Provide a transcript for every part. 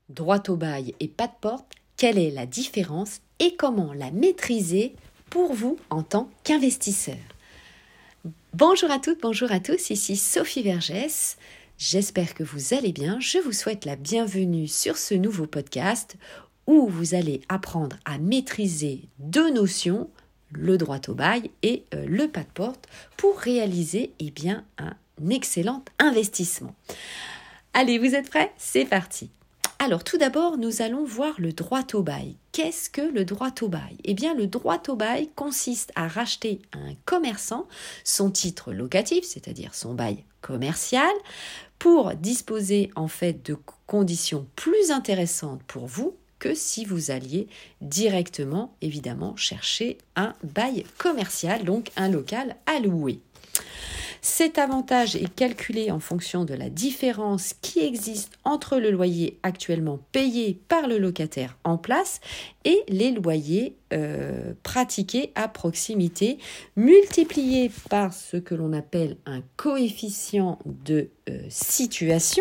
Droit au bail et pas de porte, quelle est la différence et comment la maîtriser pour vous en tant qu'investisseur? Bonjour à toutes, bonjour à tous, ici Sophie Vergès. J'espère que vous allez bien. Je vous souhaite la bienvenue sur ce nouveau podcast où vous allez apprendre à maîtriser deux notions, le droit au bail et le pas de porte, pour réaliser un excellent investissement. Allez, vous êtes prêts? C'est parti! Alors tout d'abord, nous allons voir le droit au bail. Qu'est-ce que le droit au bail? Le droit au bail consiste à racheter à un commerçant son titre locatif, c'est-à-dire son bail commercial, pour disposer en fait de conditions plus intéressantes pour vous que si vous alliez directement, évidemment, chercher un bail commercial, donc un local à louer. Cet avantage est calculé en fonction de la différence qui existe entre le loyer actuellement payé par le locataire en place et les loyers pratiqués à proximité, multipliés par ce que l'on appelle un coefficient de situation,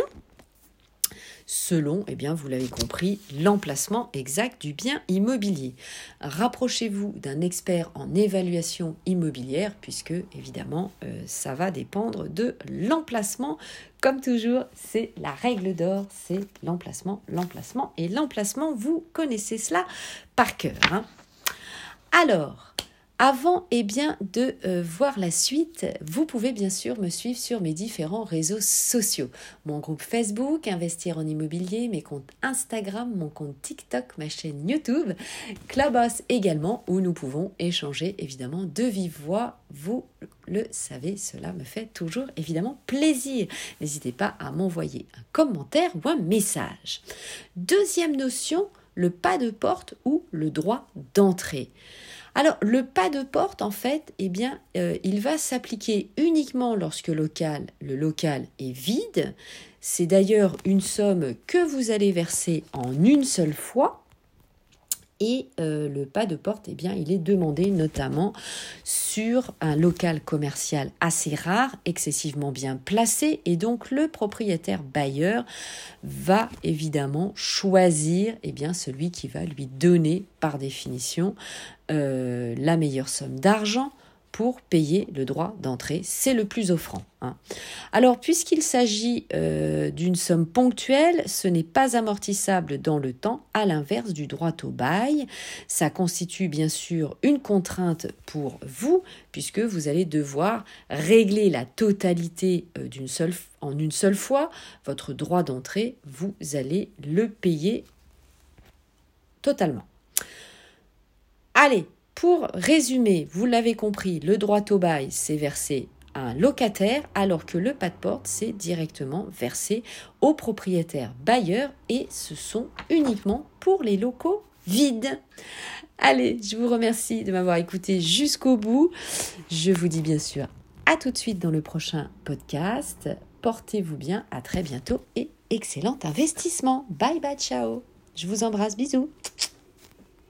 selon, vous l'avez compris, l'emplacement exact du bien immobilier. Rapprochez-vous d'un expert en évaluation immobilière puisque, évidemment, ça va dépendre de l'emplacement. Comme toujours, c'est la règle d'or, c'est l'emplacement. Et l'emplacement, vous connaissez cela par cœur. Alors, avant de voir la suite, vous pouvez bien sûr me suivre sur mes différents réseaux sociaux. Mon groupe Facebook, Investir en immobilier, mes comptes Instagram, mon compte TikTok, ma chaîne YouTube, Clubhouse également, où nous pouvons échanger évidemment de vive voix. Vous le savez, cela me fait toujours évidemment plaisir. N'hésitez pas à m'envoyer un commentaire ou un message. Deuxième notion, le pas de porte ou le droit d'entrée. Alors, le pas de porte, en fait, il va s'appliquer uniquement lorsque le local est vide. C'est d'ailleurs une somme que vous allez verser en une seule fois. Et le pas de porte, il est demandé notamment sur un local commercial assez rare, excessivement bien placé. Et donc, le propriétaire bailleur va évidemment choisir celui qui va lui donner, par définition, la meilleure somme d'argent pour payer le droit d'entrée. C'est le plus offrant. Alors, puisqu'il s'agit d'une somme ponctuelle, ce n'est pas amortissable dans le temps, à l'inverse du droit au bail. Ça constitue bien sûr une contrainte pour vous, puisque vous allez devoir régler la totalité en une seule fois. Votre droit d'entrée, vous allez le payer totalement. Allez, pour résumer, vous l'avez compris, le droit au bail, c'est versé à un locataire, alors que le pas de porte, c'est directement versé au propriétaire bailleur et ce sont uniquement pour les locaux vides. Allez, je vous remercie de m'avoir écouté jusqu'au bout. Je vous dis bien sûr à tout de suite dans le prochain podcast. Portez-vous bien, à très bientôt et excellent investissement. Bye bye, ciao. Je vous embrasse, bisous.